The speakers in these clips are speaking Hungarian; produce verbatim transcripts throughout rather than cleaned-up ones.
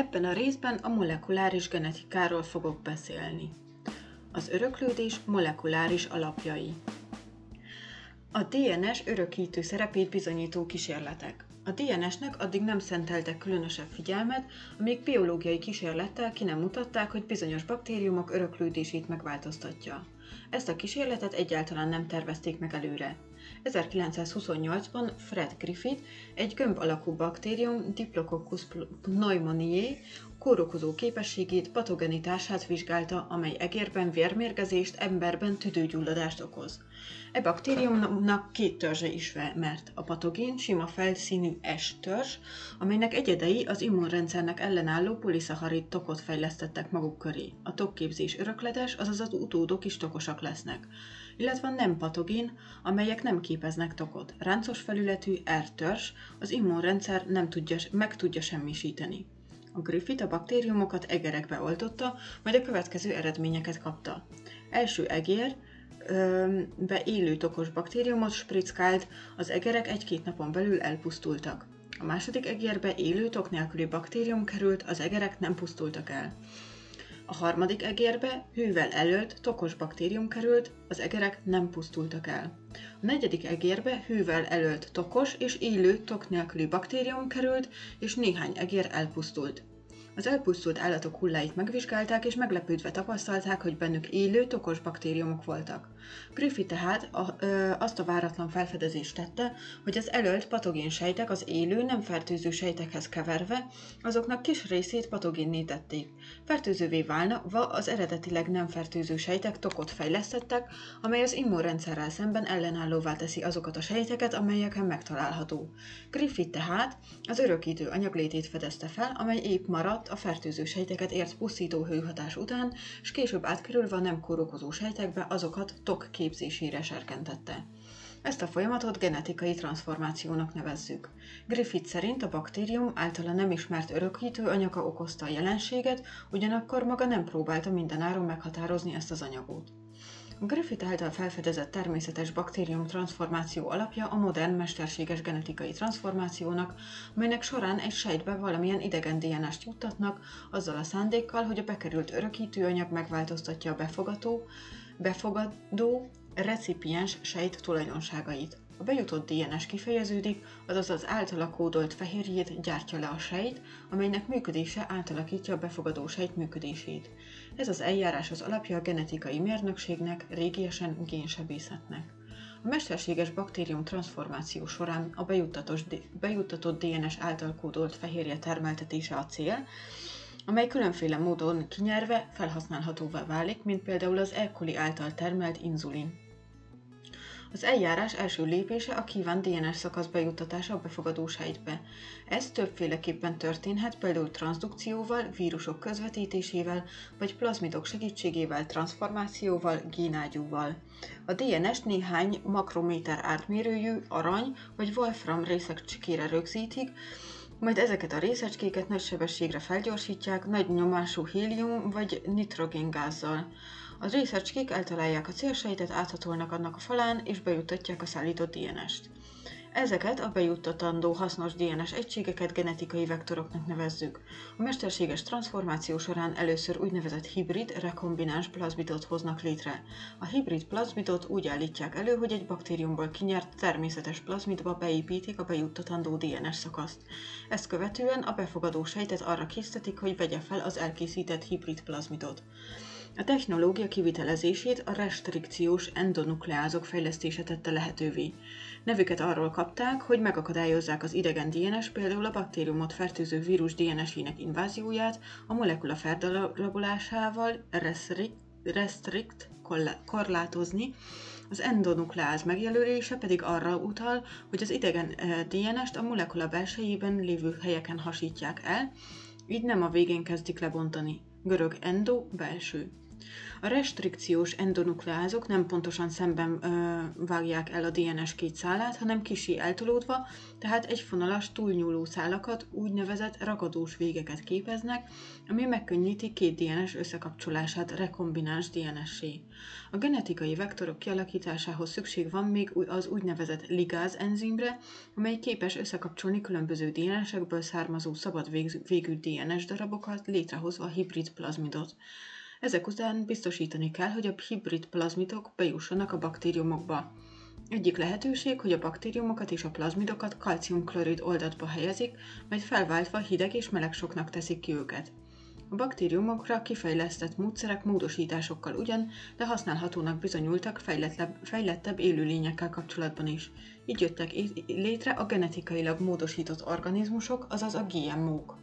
Ebben a részben a molekuláris genetikáról fogok beszélni. Az öröklődés molekuláris alapjai. A dé en es örökítő szerepét bizonyító kísérletek. A dé en esnek addig nem szenteltek különösebb figyelmet, amíg biológiai kísérlettel ki nem mutatták, hogy bizonyos baktériumok öröklődését megváltoztatja. Ezt a kísérletet egyáltalán nem tervezték meg előre. ezerkilencszázhuszonnyolcban Fred Griffith egy gömb alakú baktérium Diplococcus pneumoniae kórokozó képességét, patogenitását vizsgálta, amely egérben vérmérgezést, emberben tüdőgyulladást okoz. E baktériumnak két törzse is mert a patogén sima felszínű S törzs, amelynek egyedei az immunrendszernek ellenálló poliszacharid tokot fejlesztettek maguk köré. A tokképzés örökletes, azaz az utódok is tokosak lesznek, illetve a nem patogén, amelyek nem képeznek tokot. Ráncos felületű R törzs, az immunrendszer nem tudja, meg tudja semmisíteni. A Griffith a baktériumokat egerekbe oltotta, majd a következő eredményeket kapta. Első egér be élő tokos baktériumot sprickált, az egerek egy-két napon belül elpusztultak. A második egérbe élő tok nélküli baktérium került, az egerek nem pusztultak el. A harmadik egérbe hővel elölt tokos baktérium került, az egerek nem pusztultak el. A negyedik egérbe hővel elölt tokos és élő tok nélküli baktérium került, és néhány egér elpusztult. Az elpusztult állatok hulláit megvizsgálták, és meglepődve tapasztalták, hogy bennük élő, tokos baktériumok voltak. Griffith tehát a, ö, azt a váratlan felfedezést tette, hogy az elölt patogén sejtek az élő, nem fertőző sejtekhez keverve, azoknak kis részét patogénné tették. Fertőzővé válva az eredetileg nem fertőző sejtek tokot fejlesztettek, amely az immunrendszerrel szemben ellenállóvá teszi azokat a sejteket, amelyeken megtalálható. Griffith tehát az örökítő anyaglétét fedezte fel, amely épp maradt a fertőző sejteket ért pusztító hőhatás után, és később átkerülve a nem kórokozó sejtekbe azokat tok képzésére serkentette. Ezt a folyamatot genetikai transformációnak nevezzük. Griffith szerint a baktérium általa nem ismert örökítő anyaga okozta a jelenséget, ugyanakkor maga nem próbálta mindenáron meghatározni ezt az anyagot. A Griffith által felfedezett természetes baktérium transformáció alapja a modern mesterséges genetikai transformációnak, melynek során egy sejtbe valamilyen idegen dé en est juttatnak, azzal a szándékkal, hogy a bekerült örökítőanyag megváltoztatja a befogadó, befogadó recipiens sejt tulajdonságait. A bejutott dé en es kifejeződik, azaz az általa kódolt fehérjét gyártja le a sejt, amelynek működése átalakítja a befogadó sejt működését. Ez az eljárás az alapja a genetikai mérnökségnek, régiesen génsebészetnek. A mesterséges baktérium transformáció során a bejuttatott dé en es által kódolt fehérje termeltetése a cél, amely különféle módon kinyerve felhasználhatóvá válik, mint például az E. coli által termelt inzulin. Az eljárás első lépése a kívánt dé en es szakasz bejuttatása a befogadó sejtbe. Ez többféleképpen történhet, például transdukcióval, vírusok közvetítésével, vagy plazmidok segítségével, transformációval, génágyúval. A dé en es néhány makrométer átmérőjű, arany vagy wolfram részecskére rögzítik, majd ezeket a részecskéket nagy sebességre felgyorsítják, nagy nyomású hélium vagy nitrogéngázzal. A részecskék eltalálják a célsejtet, áthatolnak annak a falán, és bejuttatják a szállított dé en est. Ezeket a bejuttatandó hasznos dé en es egységeket genetikai vektoroknak nevezzük. A mesterséges transformáció során először úgynevezett hibrid, rekombináns plazmidot hoznak létre. A hibrid plazmidot úgy állítják elő, hogy egy baktériumból kinyert természetes plazmidba beépítik a bejuttatandó dé en es szakaszt. Ezt követően a befogadó sejtet arra késztetik, hogy vegye fel az elkészített hibrid plazmidot. A technológia kivitelezését a restrikciós endonukleázok fejlesztése tette lehetővé. Nevüket arról kapták, hogy megakadályozzák az idegen dé en es, például a baktériumot fertőző vírus dé en es-ének invázióját, a molekula feldarabolásával restrikt korlátozni, az endonukleáz megjelölése pedig arra utal, hogy az idegen dé en est a molekula belsejében lévő helyeken hasítják el, így nem a végén kezdik lebontani. Görög endo, belső. A restrikciós endonukleázok nem pontosan szemben ö, vágják el a dé en es két szálát, hanem kissé eltolódva, tehát egyfonalas túlnyúló szálakat, úgynevezett ragadós végeket képeznek, ami megkönnyíti két dé en es összekapcsolását rekombináns dé en essé. A genetikai vektorok kialakításához szükség van még az úgynevezett ligáz enzimre, amely képes összekapcsolni különböző dé en esekből származó szabad végű dé en es darabokat, létrehozva a hibrid plazmidot. Ezek után biztosítani kell, hogy a hibrid plazmidok bejussanak a baktériumokba. Egyik lehetőség, hogy a baktériumokat és a plazmidokat kalciumklorid oldatba helyezik, majd felváltva hideg és meleg soknak teszik ki őket. A baktériumokra kifejlesztett módszerek módosításokkal ugyan, de használhatónak bizonyultak fejlettebb, fejlettebb élőlényekkel kapcsolatban is. Így jöttek létre a genetikailag módosított organizmusok, azaz a gé em ó-k.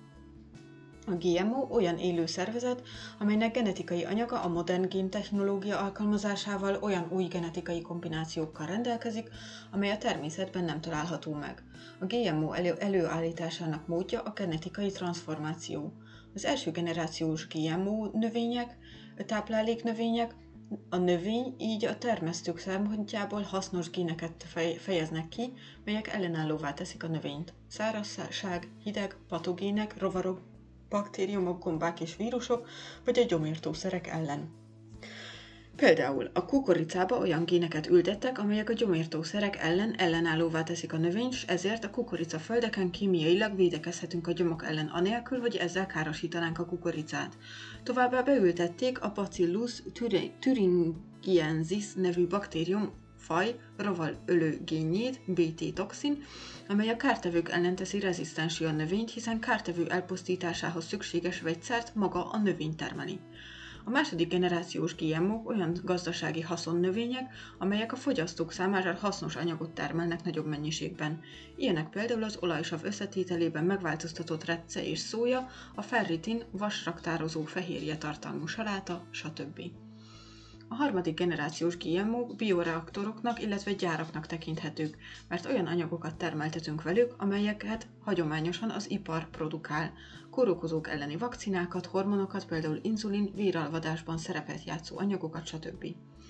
A gé em ó olyan élő szervezet, amelynek genetikai anyaga a modern géntechnológia alkalmazásával olyan új genetikai kombinációkkal rendelkezik, amely a természetben nem található meg. A gé em ó elő- előállításának módja a genetikai transformáció. Az első generációs gé em ó növények, tápláléknövények, a növény így a termesztők szempontjából hasznos géneket fejeznek ki, melyek ellenállóvá teszik a növényt. Szárazság, hideg, patogének, rovarok, baktériumok, gombák és vírusok, vagy a gyomírtószerek ellen. Például a kukoricába olyan géneket ültettek, amelyek a gyomírtószerek ellen ellenállóvá teszik a növényt, és ezért a kukoricaföldeken kémiailag védekezhetünk a gyomok ellen anélkül, hogy ezzel károsítanánk a kukoricát. Továbbá beültették a Bacillus thuringiensis nevű baktérium faj rovarölő génjét, bé té-toxin, amely a kártevők ellen teszi rezisztensé a növényt, hiszen kártevő elpusztításához szükséges vegyszert maga a növény termeli. A második generációs gé em ó-k olyan gazdasági haszonnövények, amelyek a fogyasztók számára hasznos anyagot termelnek nagyobb mennyiségben. Ilyenek például az olajsav összetételében megváltoztatott repce és szója, a ferritin, vasraktározó fehérje tartalmú saláta, stb. A harmadik generációs gé em ó-k bioreaktoroknak, illetve gyáraknak tekinthetők, mert olyan anyagokat termeltetünk velük, amelyeket hagyományosan az ipar produkál. Kórokozók elleni vakcinákat, hormonokat, például inzulin, véralvadásban szerepet játszó anyagokat, stb.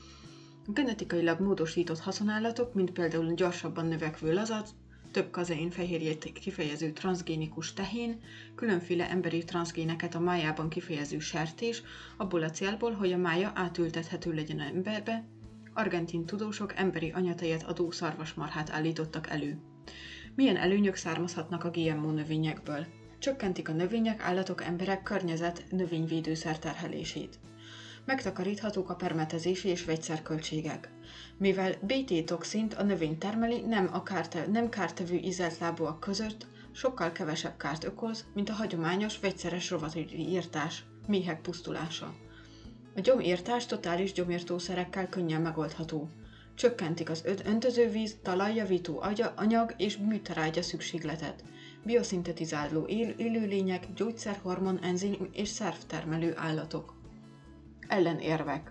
A genetikailag módosított haszonállatok, mint például gyorsabban növekvő lazac, több kazein fehérjét kifejező transzgénikus tehén, különféle emberi transzgéneket a májában kifejező sertés, abból a célból, hogy a mája átültethető legyen emberbe, argentin tudósok emberi anyatejet adó szarvasmarhát állítottak elő. Milyen előnyök származhatnak a gé em ó növényekből? Csökkentik a növények, állatok, emberek környezet növényvédőszer terhelését. Megtakaríthatók a permetezési és vegyszerköltségek. Mivel bé té-toxint a növény termeli, nem, a kárte, nem kártevő ízeltlábúak között sokkal kevesebb kárt okoz, mint a hagyományos vegyszeres rovarírtás, méhek pusztulása. A gyomírtás totális gyomírtószerekkel könnyen megoldható. Csökkentik az öntözővíz, talajjavító anyag és műtrágya szükségletet. Bioszintetizáló élőlények, gyógyszerhormon, enzim és szervtermelő állatok. Ellenérvek.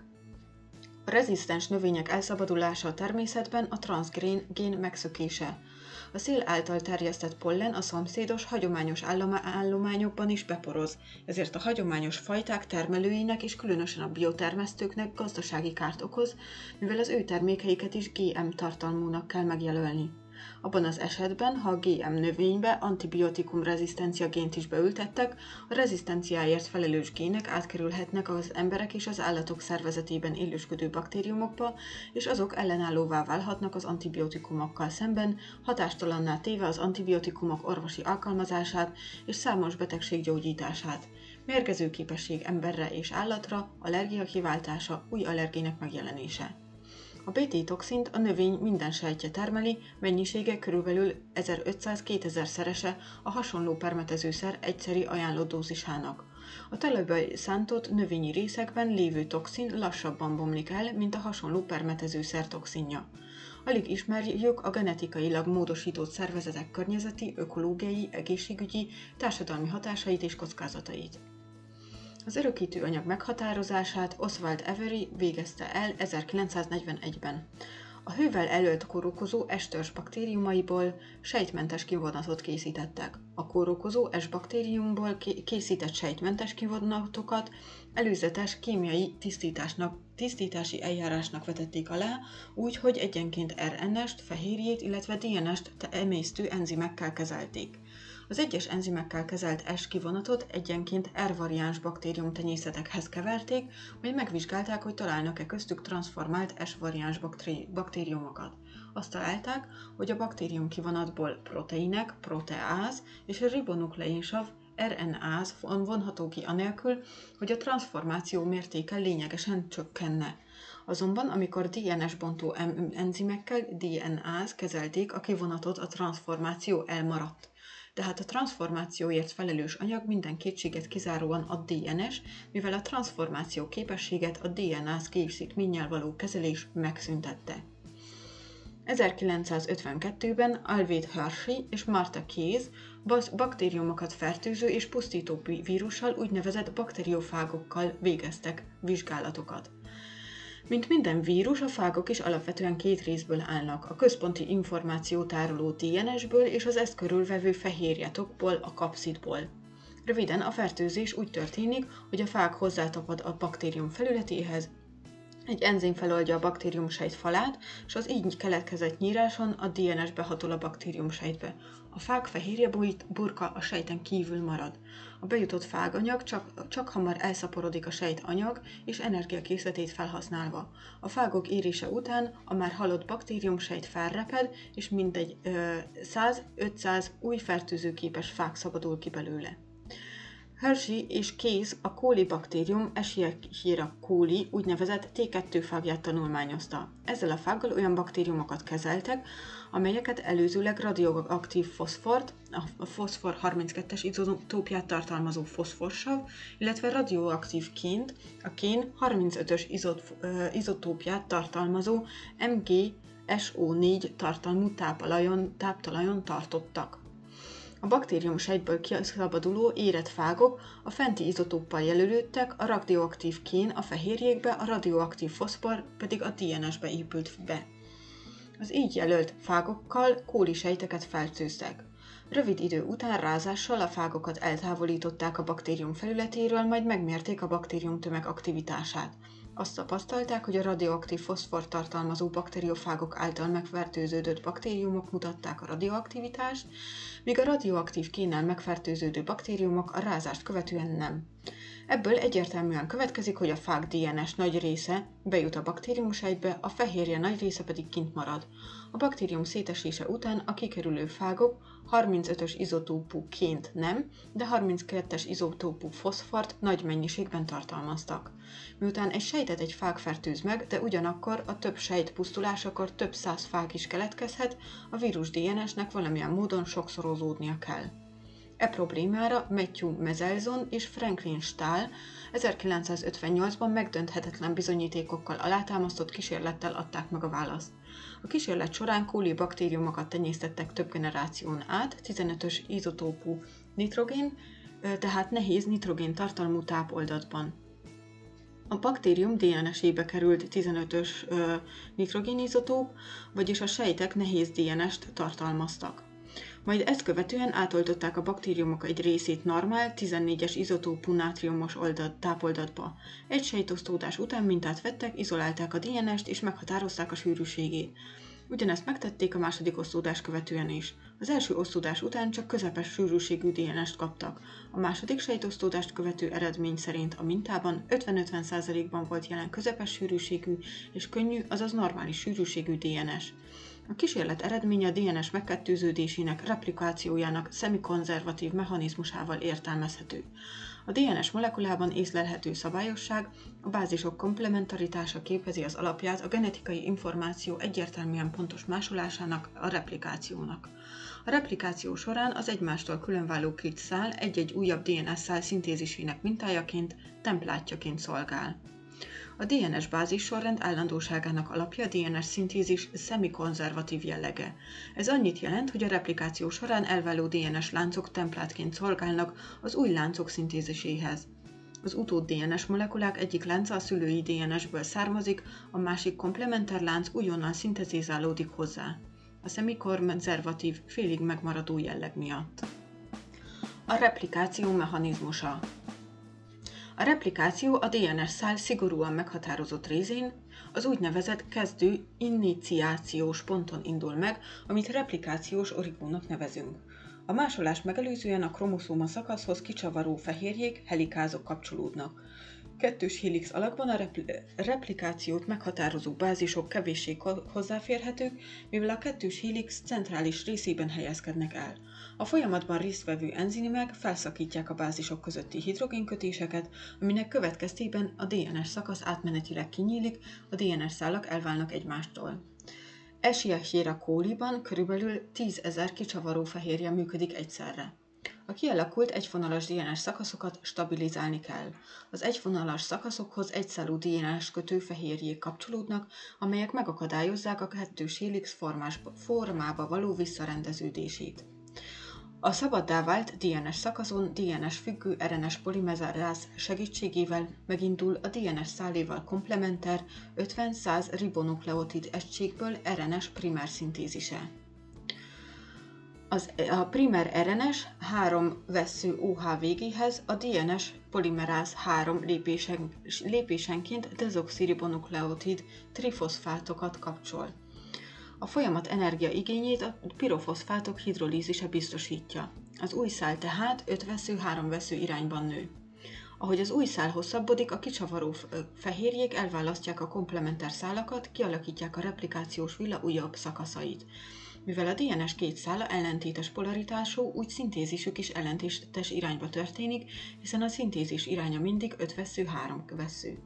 A rezisztens növények elszabadulása a természetben a transzgén gén megszökése. A szél által terjesztett pollen a szomszédos, hagyományos állományokban is beporoz, ezért a hagyományos fajták termelőinek és különösen a biotermesztőknek gazdasági kárt okoz, mivel az ő termékeiket is gé em tartalmúnak kell megjelölni. Abban az esetben, ha a gé em növénybe antibiotikum rezisztencia gént is beültettek, a rezisztenciáért felelős gének átkerülhetnek az emberek és az állatok szervezetében élősködő baktériumokba, és azok ellenállóvá válhatnak az antibiotikumokkal szemben, hatástalanná téve az antibiotikumok orvosi alkalmazását és számos betegség gyógyítását. Mérgező képesség emberre és állatra, allergia kiváltása, új allergének megjelenése. A bé té-toxint a növény minden sejtje termeli, mennyisége körülbelül ezerötszáz-kétezer szerese a hasonló permetezőszer egyszeri ajánlott dózisának. A talajba szántott növényi részekben lévő toxin lassabban bomlik el, mint a hasonló permetezőszer toxinja. Alig ismerjük a genetikailag módosított szervezetek környezeti, ökológiai, egészségügyi, társadalmi hatásait és kockázatait. Az örökítő anyag meghatározását Oswald Avery végezte el ezerkilencszáznegyvenegyben. A hővel elölt kórokozó S-törzs baktériumaiból sejtmentes kivonatot készítettek. A kórokozó S-baktériumból készített sejtmentes kivonatokat előzetes kémiai tisztításnak, tisztítási eljárásnak vetették alá, úgy, hogy egyenként er en est, fehérjét, illetve dé en est emésztő enzimekkel kezelték. Az egyes enzimekkel kezelt S kivonatot egyenként R-variáns baktériumtenyészetekhez keverték, majd megvizsgálták, hogy találnak-e köztük transformált S-variáns baktériumokat. Azt találták, hogy a baktérium kivonatból proteinek, proteáz és a ribonukleinsav er en áz vonható ki anélkül, hogy a transformáció mértéke lényegesen csökkenne. Azonban, amikor dé en es bontó enzimekkel, dé en áz kezelték a kivonatot, a transformáció elmaradt. Tehát a transformációért felelős anyag minden kétséget kizáróan a dé en es, mivel a transformáció képességet a dé en áz készítménnyel való kezelés megszüntette. ezerkilencszázötvenkettőben Alved Hershey és Martha Kayes baktériumokat fertőző és pusztító vírussal, úgynevezett bakteriofágokkal végeztek vizsgálatokat. Mint minden vírus, a fágok is alapvetően két részből állnak, a központi információtároló dé en esből és az ezt körülvevő fehérjetokból, a kapszidból. Röviden, a fertőzés úgy történik, hogy a fág hozzátapad a baktérium felületéhez, egy enzim feloldja a baktériumsejt falát, és az így keletkezett nyíráson a dé en es behatol a baktériumsejtbe. A fág fehérje burka a sejten kívül marad. A bejutott fáganyag csak, csak hamar elszaporodik a sejt anyag és energiakészletét felhasználva. A fágok érése után a már halott baktériumsejt felreped, és mintegy száz-ötszáz új fertőzőképes fák szabadul ki belőle. Hershey és Kayes a kóli baktérium Escherichia coli úgynevezett té kettő fágját tanulmányozta. Ezzel a fággal olyan baktériumokat kezeltek, amelyeket előzőleg radioaktív foszfort, a foszfor harminckettes izotópját tartalmazó foszforsav, illetve radioaktív ként, a kén harmincötös izotópját tartalmazó em gé es o négy tartalmú táptalajon, táptalajon tartottak. A baktérium sejtből kiszabaduló érett fágok a fenti izotóppal jelölődtek, a radioaktív kén a fehérjékbe, a radioaktív foszfor pedig a dé en esbe épült be. Az így jelölt fágokkal kóli sejteket fertőztek. Rövid idő után rázással a fágokat eltávolították a baktérium felületéről, majd megmérték a baktérium tömeg aktivitását. Azt tapasztalták, hogy a radioaktív foszfor tartalmazó bakteriofágok által megfertőződött baktériumok mutatták a radioaktivitást, míg a radioaktív kénnel megfertőződő baktériumok a rázást követően nem. Ebből egyértelműen következik, hogy a fák dé en es nagy része bejut a baktériumsejtbe, a fehérje nagy része pedig kint marad. A baktérium szétesése után a kikerülő fágok harmincötös izotópú ként nem, de harminckettes izotópú foszfort nagy mennyiségben tartalmaztak. Miután egy sejtet egy fák fertőz meg, de ugyanakkor a több sejt pusztulásakor több száz fák is keletkezhet, a vírus dé en esnek valamilyen módon sokszorozódnia kell. E problémára Matthew Meselson és Franklin Stahl ezerkilencszázötvennyolcban megdönthetetlen bizonyítékokkal alátámasztott kísérlettel adták meg a választ. A kísérlet során kóli baktériumokat tenyésztettek több generáción át, tizenötös izotópú nitrogén, tehát nehéz nitrogén tartalmú tápoldatban. A baktérium dé en esébe került tizenötös nitrogénizotóp, vagyis a sejtek nehéz dé en est tartalmaztak. Majd ezt követően átoltották a baktériumok egy részét normál, tizennégyes izotópú nátriumos oldat, tápoldatba. Egy sejtosztódás után mintát vettek, izolálták a dé en est és meghatározták a sűrűségét. Ugyanezt megtették a második osztódás követően is. Az első osztódás után csak közepes sűrűségű dé en est kaptak. A második sejtosztódást követő eredmény szerint a mintában ötven-ötven százalékban volt jelen közepes sűrűségű és könnyű, azaz normális sűrűségű dé en es. A kísérlet eredménye a dé en es megkettőződésének, replikációjának szemikonzervatív mechanizmusával értelmezhető. A dé en es molekulában észlelhető szabályosság, a bázisok komplementaritása képezi az alapját a genetikai információ egyértelműen pontos másolásának, a replikációnak. A replikáció során az egymástól különváló két szál egy-egy újabb dé en es szál szintézisének mintájaként, templátjaként szolgál. A dé en es bázissorrend állandóságának alapja a dé en es szintézis szemikonzervatív jellege. Ez annyit jelent, hogy a replikáció során elváló dé en es láncok templátként szolgálnak az új láncok szintéziséhez. Az utód dé en es molekulák egyik lánca a szülői dé en es-ből származik, a másik komplementer lánc újonnan szintetizálódik hozzá. A szemikonzervatív, félig megmaradó jelleg miatt. A replikáció mechanizmusa. A replikáció a dé en es szál szigorúan meghatározott részén, az úgynevezett kezdő iniciációs ponton indul meg, amit replikációs origónak nevezünk. A másolást megelőzően a kromoszóma szakaszhoz kicsavaró fehérjék, helikázok kapcsolódnak. Kettős hélix alakban a repli- replikációt meghatározó bázisok kevéssé hozzáférhetők, mivel a kettős hélix centrális részében helyezkednek el. A folyamatban résztvevő enzimek felszakítják a bázisok közötti hidrogénkötéseket, aminek következtében a dé en es szakasz átmenetileg kinyílik, a dé en es szálak elválnak egymástól. Escherichia coliban körülbelül tízezer kicsavaró fehérje működik egyszerre. A kialakult egyfonalas dé en es szakaszokat stabilizálni kell. Az egyfonalas szakaszokhoz egyszálú dé en es kötőfehérjék kapcsolódnak, amelyek megakadályozzák a kettős hélix formás, formába való visszarendeződését. A szabaddá vált dé en es szakaszon dé en es függő er en es polimeráz segítségével megindul a dé en es száléval komplementer ötven-száz ribonukleotid egységből er en es primer szintézise. Az, a primer er en es három vessző o há végéhez a dé en es polimeráz három lépésen, lépésenként dezoxiribonukleotid trifoszfátokat kapcsol. A folyamat energiaigényét a pirofoszfátok hidrolízise biztosítja. Az új szál tehát öt vessző három vessző irányban nő. Ahogy az új szál hosszabbodik, a kicsavaró fehérjék elválasztják a komplementer szálakat, kialakítják a replikációs villa újabb szakaszait. Mivel a dé en es két szála ellentétes polaritású, úgy szintézisük is ellentétes irányba történik, hiszen a szintézis iránya mindig öt vessző három vessző.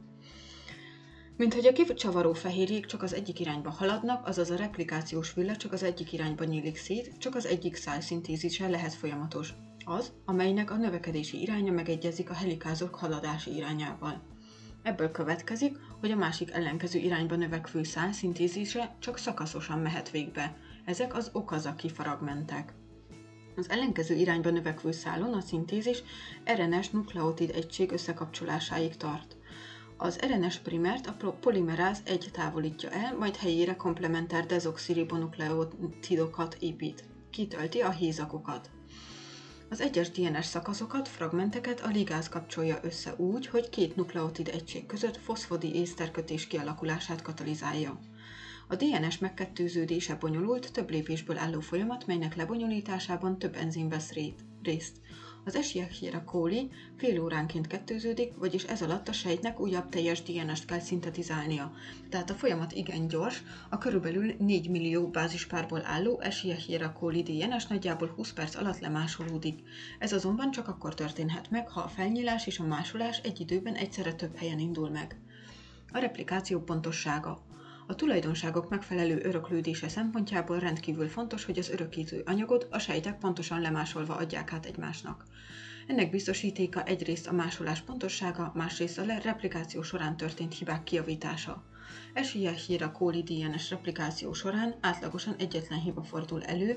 Mint hogy a kicsavaró fehérjék csak az egyik irányba haladnak, azaz a replikációs villa csak az egyik irányba nyílik szét, csak az egyik szál szintézise lehet folyamatos. Az, amelynek a növekedési iránya megegyezik a helikázok haladási irányával. Ebből következik, hogy a másik ellenkező irányba növekvő szál szintézise csak szakaszosan mehet végbe. Ezek az Okazaki fragmentek. Az ellenkező irányba növekvő szálon a szintézis er en es nukleotid egység összekapcsolásáig tart. Az er en es primert a polimeráz egy távolítja el, majd helyére komplementer dezoxiribonukleotidokat épít. Kitölti a hézakokat. Az egyes dé en es szakaszokat, fragmenteket a ligáz kapcsolja össze úgy, hogy két nukleotid egység között foszfodi észterkötés kialakulását katalizálja. A dé en es megkettőződése bonyolult, több lépésből álló folyamat, melynek lebonyolításában több enzim vesz részt. Az Escherichia coli fél óránként kettőződik, vagyis ez alatt a sejtnek újabb teljes dé en est kell szintetizálnia. Tehát a folyamat igen gyors, a körülbelül négy millió bázispárból álló Escherichia coli dé en es nagyjából húsz perc alatt lemásolódik. Ez azonban csak akkor történhet meg, ha a felnyílás és a másolás egy időben egyszerre több helyen indul meg. A replikáció pontossága. A tulajdonságok megfelelő öröklődése szempontjából rendkívül fontos, hogy az örökítő anyagot a sejtek pontosan lemásolva adják át egymásnak. Ennek biztosítéka egyrészt a másolás pontossága, másrészt a replikáció során történt hibák kijavítása. Escherichia coli dé en es replikáció során átlagosan egyetlen hiba fordul elő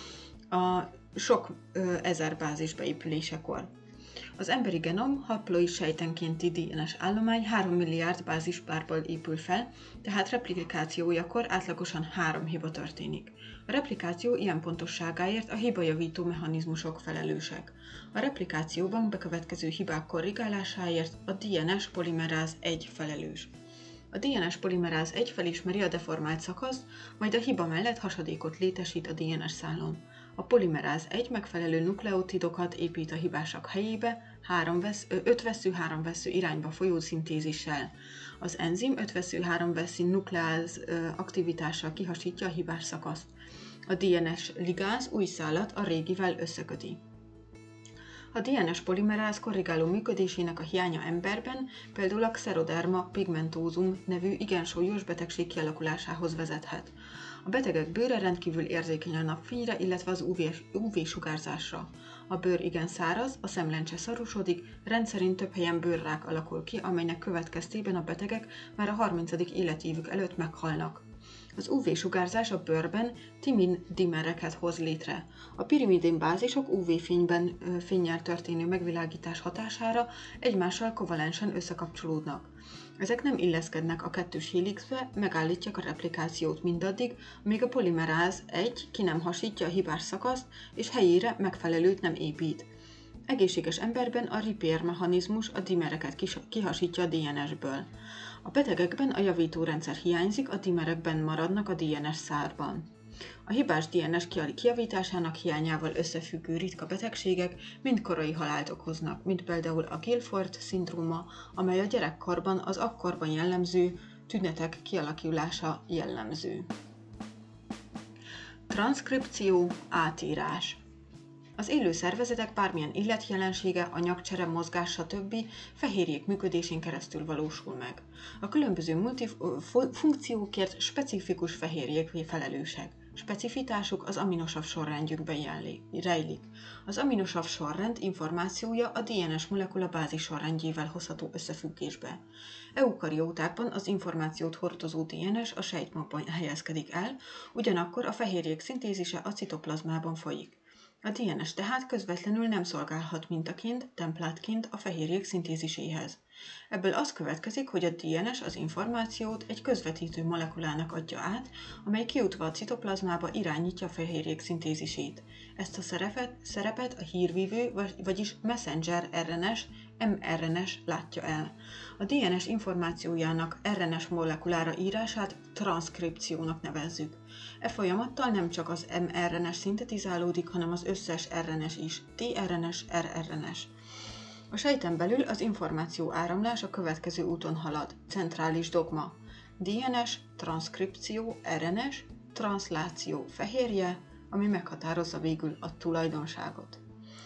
a sok ö, ezer bázis beépülésekor. Az emberi genom haploid sejtenkénti dé en es állomány három milliárd bázispárból épül fel, tehát replikációjakor átlagosan három hiba történik. A replikáció ilyen pontosságáért a hibajavító mechanizmusok felelősek. A replikációban bekövetkező hibák korrigálásáért a dé en es polimeráz egy felelős. A dé en es polimeráz egy felismeri a deformált szakaszt, majd a hiba mellett hasadékot létesít a dé en es szálon. A polimeráz egy megfelelő nukleotidokat épít a hibásak helyébe öt vessző három vessző irányba folyó szintézissel. Az enzim öt vessző három vessző nukleáz aktivitással kihasítja a hibás szakaszt. A dé en es ligáz új szálat a régivel összeköti. A dé en es polimeráz korrigáló működésének a hiánya emberben például a Xeroderma pigmentózum nevű igen súlyos betegség kialakulásához vezethet. A betegek bőre rendkívül érzékeny a napfényre, illetve az ú vé-sugárzásra. A bőr igen száraz, a szemlencse szarosodik, rendszerint több helyen bőrrák alakul ki, amelynek következtében a betegek már a harmincadik életévük előtt meghalnak. Az ú vé-sugárzás a bőrben timin dimereket hoz létre. A pirimidin bázisok ú vé-fényben fénnyel történő megvilágítás hatására egymással kovalensen összekapcsolódnak. Ezek nem illeszkednek a kettős hélixbe, megállítják a replikációt mindaddig, amíg a polimeráz egy ki nem hasítja a hibás szakaszt, és helyére megfelelőt nem épít. Egészséges emberben a repair mechanizmus a dimereket kihasítja a dé en es-ből. A betegekben a javítórendszer hiányzik, a dimerekben maradnak a dé en es szárban. A hibás dé en es kijavításának hiányával összefüggő ritka betegségek mind korai halált okoznak, mint például a Guilford-szindróma, amely a gyerekkorban az akkorban jellemző tünetek kialakulása jellemző. Transzkripció, átírás. Az élő szervezetek bármilyen illetjelensége, anyagcsere, mozgás, stb. Fehérjék működésén keresztül valósul meg. A különböző multifunkciókért specifikus fehérjék felelősek. Specifitásuk az aminosav sorrendjükben rejlik. Az aminosav sorrend információja a dé en es molekula bázis sorrendjével hozható összefüggésbe. Eukariótákban az információt hordozó dé en es a sejtmagban helyezkedik el, ugyanakkor a fehérjék szintézise a citoplazmában folyik. A dé en es tehát közvetlenül nem szolgálhat mintaként, templátként a fehérjék szintéziséhez. Ebből az következik, hogy a dé en es az információt egy közvetítő molekulának adja át, amely kijutva a citoplazmába irányítja a fehérjék szintézisét. Ezt a szerepet, szerepet a hírvívő, vagyis messenger er en es, em er en es látja el. A dé en es információjának er en es molekulára írását transzkripciónak nevezzük. E folyamattal nem csak az em er en es szintetizálódik, hanem az összes er en es is, té er en es, er er en es. A sejten belül az információ áramlás a következő úton halad. Centrális dogma. dé en es, transzkripció, er en es, transzláció fehérje, ami meghatározza végül a tulajdonságot.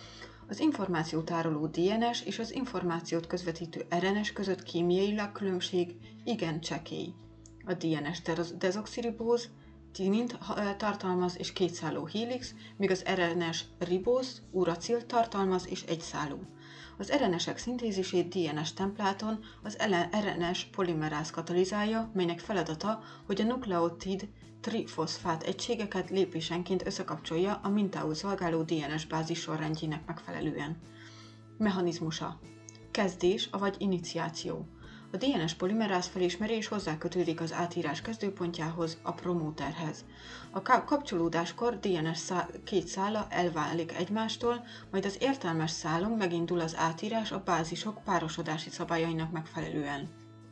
Az információtároló dé en es és az információt közvetítő er en es között kémiailag különbség igen csekély. A dé en es dezoxiribóz timint tartalmaz és kétszálú hélix, míg az er en es ribóz uracilt tartalmaz és egyszálú. Az er en esek szintézisét dé en es templáton az er en es polimeráz katalizálja, melynek feladata, hogy a nukleotid trifoszfát egységeket lépésenként összekapcsolja a mintául szolgáló dé en es bázis sorrendjének megfelelően. Mechanizmusa. Kezdés, avagy iniciáció. A dé en es polimeráz felismerés hozzákötődik az átírás kezdőpontjához, a promóterhez. A kapcsolódáskor dé en es szá- két szála elválik egymástól, majd az értelmes szálon megindul az átírás a bázisok párosodási szabályainak megfelelően.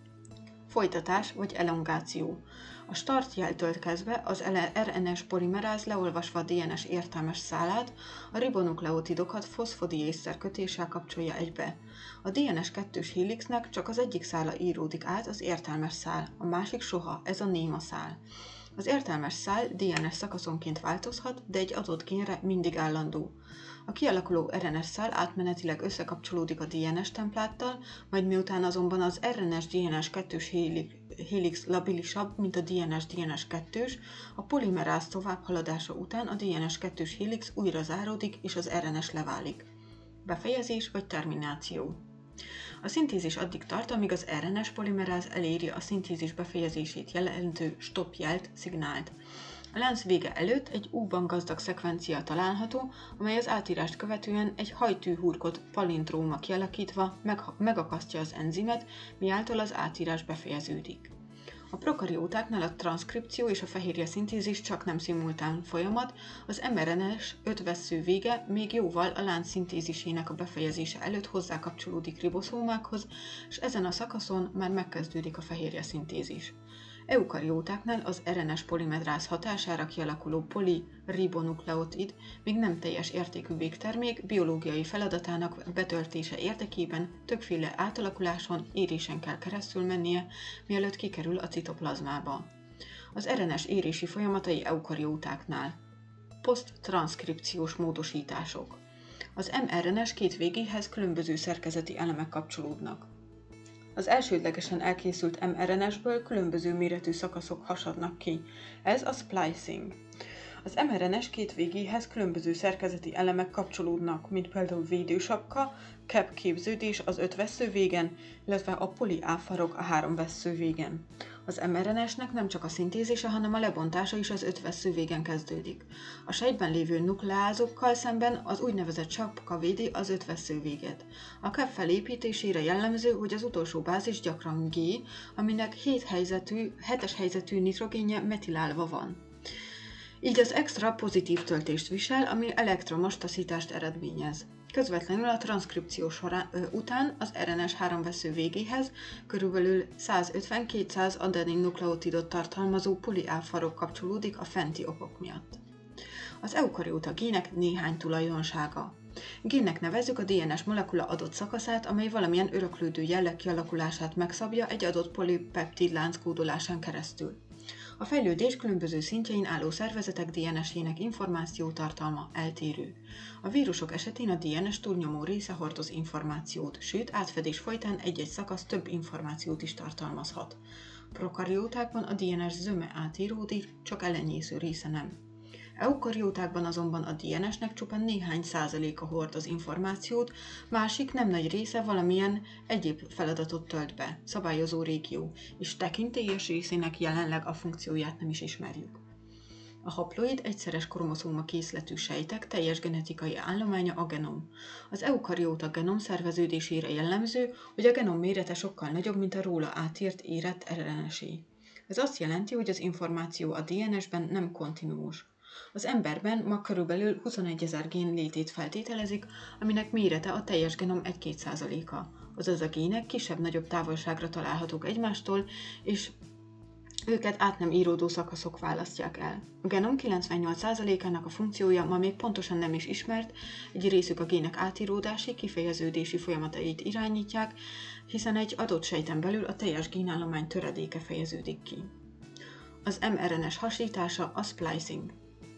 Folytatás vagy elongáció. A startjeltől kezdve az er en es polimeráz leolvasva a dé en es értelmes szálát a ribonukleotidokat foszfodiészszer kötéssel kapcsolja egybe. A dé en es kettős hélixnek csak az egyik szála íródik át az értelmes szál, a másik soha, ez a néma szál. Az értelmes szál dé en es szakaszonként változhat, de egy adott génre mindig állandó. A kialakuló er en es szál átmenetileg összekapcsolódik a dé en es templáttal, majd miután azonban az er en es-dé en es kettős hélix labilisabb, mint a dé en es-dé en es kettős, a polimeráz továbbhaladása után a dé en es kettős hélix újra záródik és az er en es leválik. Befejezés vagy termináció. A szintézis addig tart, amíg az er en es polimeráz eléri a szintézis befejezését jelentő stop jelt, szignált. A lánc vége előtt egy U-ban gazdag szekvencia található, amely az átírást követően egy hajtűhurkot palindróma kialakítva meg- megakasztja az enzimet, miáltal az átírás befejeződik. A prokariótáknál a transzkripció és a fehérje szintézis csak nem szimultán folyamat, az em er en es öt vessző vége még jóval a lánc szintézisének a befejezése előtt hozzákapcsolódik riboszómákhoz, és ezen a szakaszon már megkezdődik a fehérje szintézis. Eukariótáknál az er en es polimeráz hatására kialakuló poliribonukleotid még nem teljes értékű végtermék, biológiai feladatának betöltése érdekében többféle átalakuláson, érésen kell keresztül mennie, mielőtt kikerül a citoplazmába. Az er en es érési folyamatai eukariótáknál. Poszttranszkripciós módosítások. Az em er en es két végéhez különböző szerkezeti elemek kapcsolódnak. Az elsődlegesen elkészült em er en es-ből különböző méretű szakaszok hasadnak ki. Ez a splicing. Az mRNS két végéhez különböző szerkezeti elemek kapcsolódnak, mint például védősapka, cap képződés az öt vesszővégen, illetve a poliáfarok a három vesszővégen. Az mRNS-nek nem csak a szintézise, hanem a lebontása is az öt vesszővégen kezdődik. A sejtben lévő nukleázokkal szemben az úgynevezett sapka védi az öt vesszővéget. A cap felépítésére jellemző, hogy az utolsó bázis gyakran G, aminek hét helyzetű, hetes helyzetű nitrogénje metilálva van. Így az extra pozitív töltést visel, ami elektromos taszítást eredményez. Közvetlenül a transzkripció során, ö, után az er en es három vessző végéhez körülbelül száz ötven-kétszáz adenin nukleotidot tartalmazó poliáfarok kapcsolódik a fenti okok miatt. Az eukarióta gének néhány tulajdonsága. Génnek nevezzük a dé en es molekula adott szakaszát, amely valamilyen öröklődő jelleg kialakulását megszabja egy adott polipeptid lánc kódolásán keresztül. A fejlődés különböző szintjein álló szervezetek dé en es-jének információtartalma eltérő. A vírusok esetén a dé en es túlnyomó része hordoz információt, sőt átfedés folytán egy-egy szakasz több információt is tartalmazhat. Prokariótákban a dé en es zöme átíródik, csak elenyésző része nem. Eukariótákban azonban a dé en es-nek csupán néhány százaléka hordoz információt, másik nem nagy része valamilyen egyéb feladatot tölt be, szabályozó régió, és tekintélyes részének jelenleg a funkcióját nem is ismerjük. A haploid egyszeres kromoszóma készletű sejtek teljes genetikai állománya a genom. Az eukarióta genom szerveződésére jellemző, hogy a genom mérete sokkal nagyobb, mint a róla átírt érett er en es-é. Ez azt jelenti, hogy az információ a dé en es-ben nem kontinuós. Az emberben ma körülbelül huszonegyezer gén létét feltételezik, aminek mérete a teljes genom egy-két százaléka. Azaz a gének kisebb-nagyobb távolságra találhatók egymástól, és őket át nem íródó szakaszok választják el. A genom kilencvennyolc százalékának a funkciója ma még pontosan nem is ismert, egy részük a gének átíródási, kifejeződési folyamatait irányítják, hiszen egy adott sejten belül a teljes génállomány töredéke fejeződik ki. Az mRNS hasítása a splicing.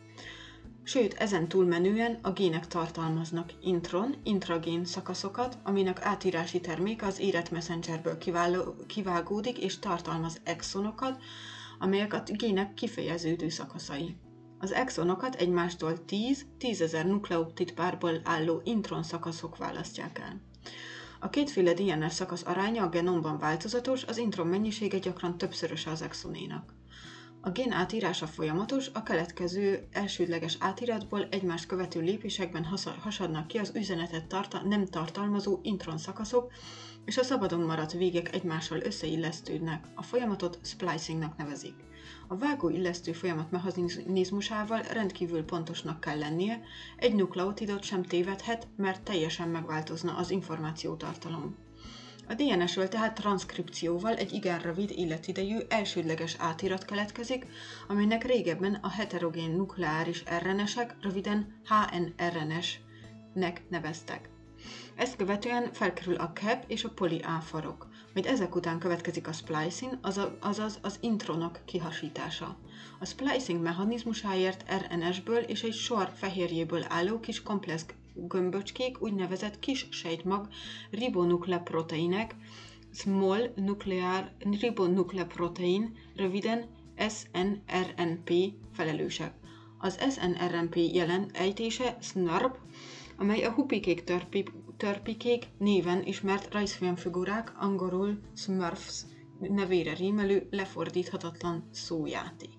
Sőt, ezen túlmenően a gének tartalmaznak intron, intragén szakaszokat, aminek átírási terméke az érett messengerből kivágódik és tartalmaz exonokat, amelyek a gének kifejeződő szakaszai. Az exonokat egymástól tíz-tízezer nukleotid párból álló intron szakaszok választják el. A kétféle dé en es szakasz aránya a genomban változatos, az intron mennyisége gyakran többszöröse az exonénak. A gén átírása folyamatos, a keletkező elsődleges átíratból egymást követő lépésekben hasadnak ki az üzenetet tarta- nem tartalmazó intron szakaszok, és a szabadon maradt végek egymással összeillesztődnek. A folyamatot splicingnak nevezik. A vágóillesztő folyamat mechanizmusával rendkívül pontosnak kell lennie, egy nukleotidot sem tévedhet, mert teljesen megváltozna az információtartalom. A dé en es-ről tehát transzkripcióval egy igen rövid életidejű elsődleges átirat keletkezik, aminek régebben a heterogén nukleáris er en es-ek röviden há en er en es-nek neveztek. Ezt követően felkerül a cap és a poliáfarok, majd ezek után következik a splicing, azaz az intronok kihasítása. A splicing mechanizmusáért er en es-ből és egy sor fehérjéből álló kis komplex gömböcskék, úgynevezett kis sejtmag ribonukleproteinek, small nuclear ribonucleprotein, röviden es en er en pé felelősek. Az es en er en pé jelen ejtése es en er pé, amely a hupikék törpikék néven ismert rajzfilmfigurák, angolul Smurfs nevére rímelő lefordíthatatlan szójáték.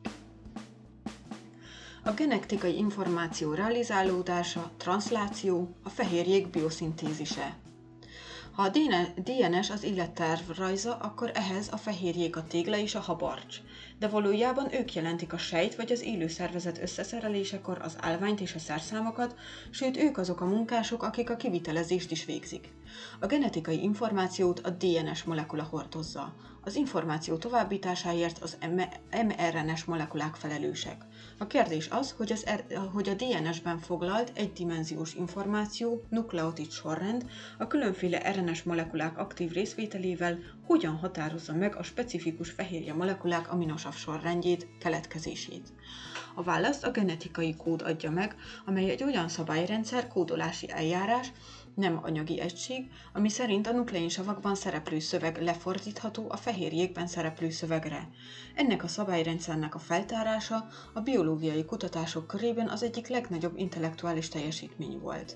A genetikai információ realizálódása, transzláció, a fehérjék bioszintézise. Ha a dé en es az élettervrajza, akkor ehhez a fehérjék a tégla és a habarcs, de valójában ők jelentik a sejt vagy az élő szervezet összeszerelésekor az állványt és a szerszámokat, sőt ők azok a munkások, akik a kivitelezést is végzik. A genetikai információt a dé en es molekula hordozza. Az információ továbbításáért az em er en es molekulák felelősek. A kérdés az, hogy, az er, hogy a dé en es-ben foglalt egydimenziós információ, nukleotid sorrend a különféle er en es molekulák aktív részvételével hogyan határozza meg a specifikus fehérje molekulák aminosav sorrendjét, keletkezését. A választ a genetikai kód adja meg, amely egy olyan szabályrendszer, kódolási eljárás, nem anyagi egység, ami szerint a nukleinsavakban szereplő szöveg lefordítható a fehérjékben szereplő szövegre. Ennek a szabályrendszernek a feltárása a biológiai kutatások körében az egyik legnagyobb intellektuális teljesítmény volt.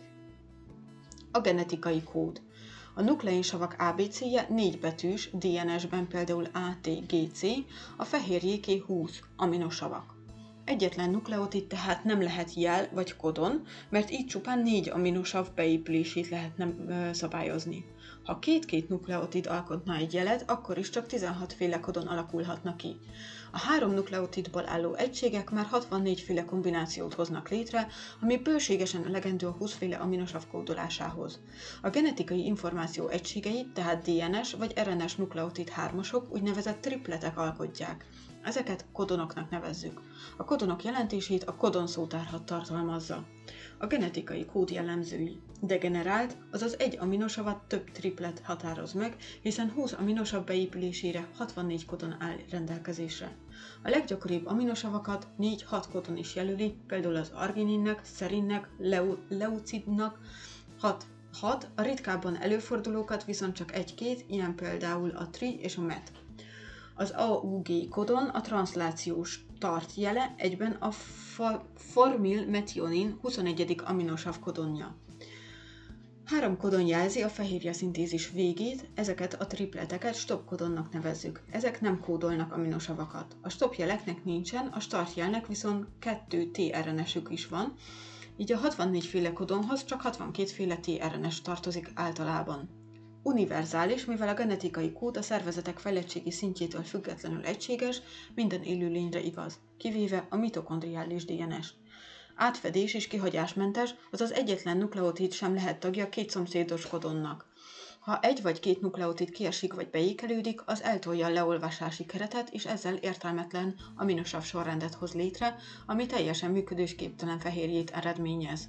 A genetikai kód. A nukleinsavak á bé cé-je négy betűs, dé en es-ben például á té gé cé, a fehérjéké húsz aminosavak. Egyetlen nukleotid tehát nem lehet jel vagy kodon, mert így csupán négy aminosav beépülését lehetne ö, szabályozni. Ha két-két nukleotid alkotna egy jelet, akkor is csak tizenhat féle kodon alakulhatna ki. A három nukleotidból álló egységek már hatvannégy féle kombinációt hoznak létre, ami bőségesen elegendő a húsz féle aminosav kódolásához. A genetikai információ egységeit, tehát dé en es vagy er en es nukleotid hármasok úgynevezett tripletek alkotják. Ezeket kodonoknak nevezzük. A kodonok jelentését a kodon szótár tartalmazza. A genetikai kód jellemzői. Degenerált, azaz egy aminosavat több triplet határoz meg, hiszen húsz aminosav beépülésére hatvannégy kodon áll rendelkezésre. A leggyakoribb aminosavakat négy-hat kodon is jelöli, például az argininnek, szerinnek, leu- leucidnak, hat, a ritkábban előfordulókat viszont csak egy-két, ilyen például a tri és a met. Az á u gé kodon a transzlációs tart jele, egyben a formil-metionin huszonegyedik aminosav kodonja. Három kodon jelzi a fehérjeszintézis végét, ezeket a tripleteket stop kodonnak nevezzük. Ezek nem kódolnak aminosavakat. A stop jeleknek nincsen, a start jelnek viszont kettő té er en es-ük is van, így a hatvannégy féle kodonhoz csak hatvankét féle té er en es tartozik általában. Univerzális, mivel a genetikai kód a szervezetek fejlettségi szintjétől függetlenül egységes, minden élőlényre igaz, kivéve a mitokondriális dé en es. Átfedés és kihagyásmentes, azaz egyetlen nukleotid sem lehet tagja két szomszédos kodonnak. Ha egy vagy két nukleotid kiesik vagy beékelődik, az eltolja a leolvasási keretet, és ezzel értelmetlen aminosav sorrendet hoz létre, ami teljesen működősképtelen fehérjét eredményez.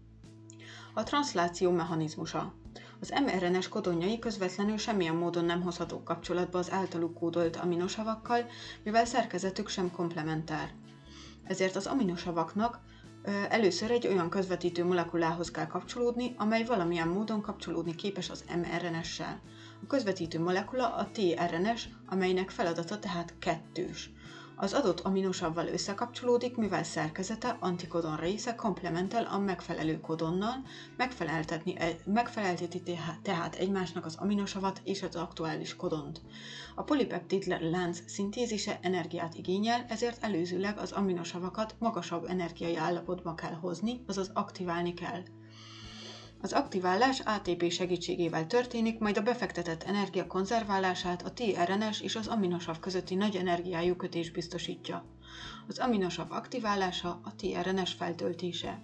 A transzláció mechanizmusa. Az em er en es kodonjai közvetlenül semmilyen módon nem hozhatók kapcsolatba az általuk kódolt aminosavakkal, mivel szerkezetük sem komplementár. Ezért az aminosavaknak először egy olyan közvetítő molekulához kell kapcsolódni, amely valamilyen módon kapcsolódni képes az em er en es-sel. A közvetítő molekula a té er en es, amelynek feladata tehát kettős. Az adott aminosavval összekapcsolódik, mivel szerkezete, antikodon része komplementel a megfelelő kodonnal, megfeleltetni, megfelelteti tehát egymásnak az aminosavat és az aktuális kodont. A polipeptid lánc szintézise energiát igényel, ezért előzőleg az aminosavakat magasabb energiai állapotba kell hozni, azaz aktiválni kell. Az aktiválás á té pé segítségével történik, majd a befektetett energia konzerválását a té er en es és az aminosav közötti nagy energiájú kötés biztosítja. Az aminosav aktiválása a té er en es feltöltése.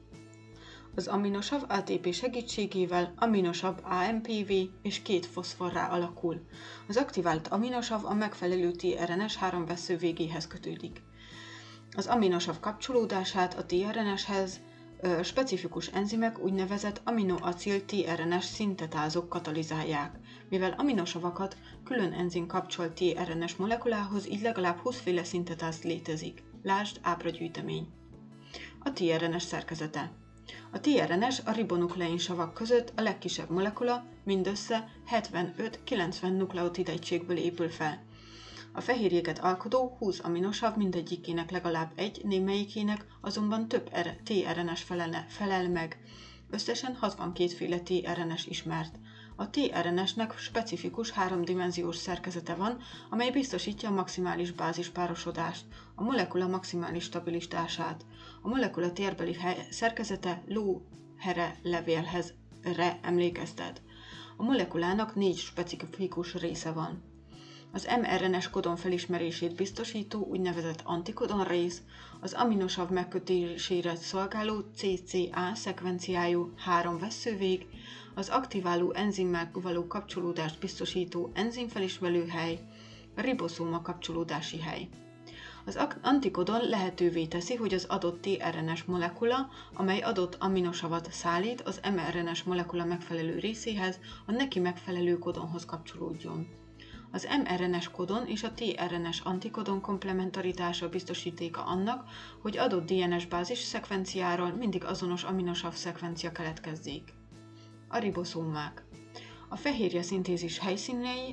Az aminosav á té pé segítségével aminosav á em pé vé és két foszforrá alakul. Az aktivált aminosav a megfelelő té er en es három vessző végéhez kötődik. Az aminosav kapcsolódását a té er en eshez specifikus enzimek, úgynevezett aminoacil té er en es szintetázók katalizálják. Mivel aminosavakat külön enzim kapcsol té er en es molekulához, így legalább húsz féle szintetáz létezik. Lásd ábragyűjtemény. A té er en es szerkezete. A té er en es a ribonukleinssavak között a legkisebb molekula, mindössze hetvenöt-kilencven nukleotid egységből épül fel. A fehérjéket alkotó húsz aminosav mindegyikének legalább egy, némelyikének azonban több té er en es felel, felel meg. Összesen hatvankét féle té er en es ismert. A té er en esnek specifikus háromdimenziós szerkezete van, amely biztosítja a maximális bázispárosodást, a molekula maximális stabilitását. A molekula térbeli hely, szerkezete ló-here levélhez re emlékeztet. A molekulának négy specifikus része van. Az em er en es kodon felismerését biztosító úgynevezett antikodon rész, az aminosav megkötésére szolgáló cé cé á szekvenciájú három vesszővég, az aktiváló enzimmel való kapcsolódást biztosító enzimfelismerő hely, a riboszóma kapcsolódási hely. Az antikodon lehetővé teszi, hogy az adott té er en es molekula, amely adott aminosavat szállít az em er en es molekula megfelelő részéhez, a neki megfelelő kodonhoz kapcsolódjon. Az em er en es kodon és a té er en es antikodon komplementaritása biztosítéka annak, hogy adott dé en es bázis szekvenciáról mindig azonos aminosav szekvencia keletkezzék. A riboszómák. A fehérje szintézis helyszínei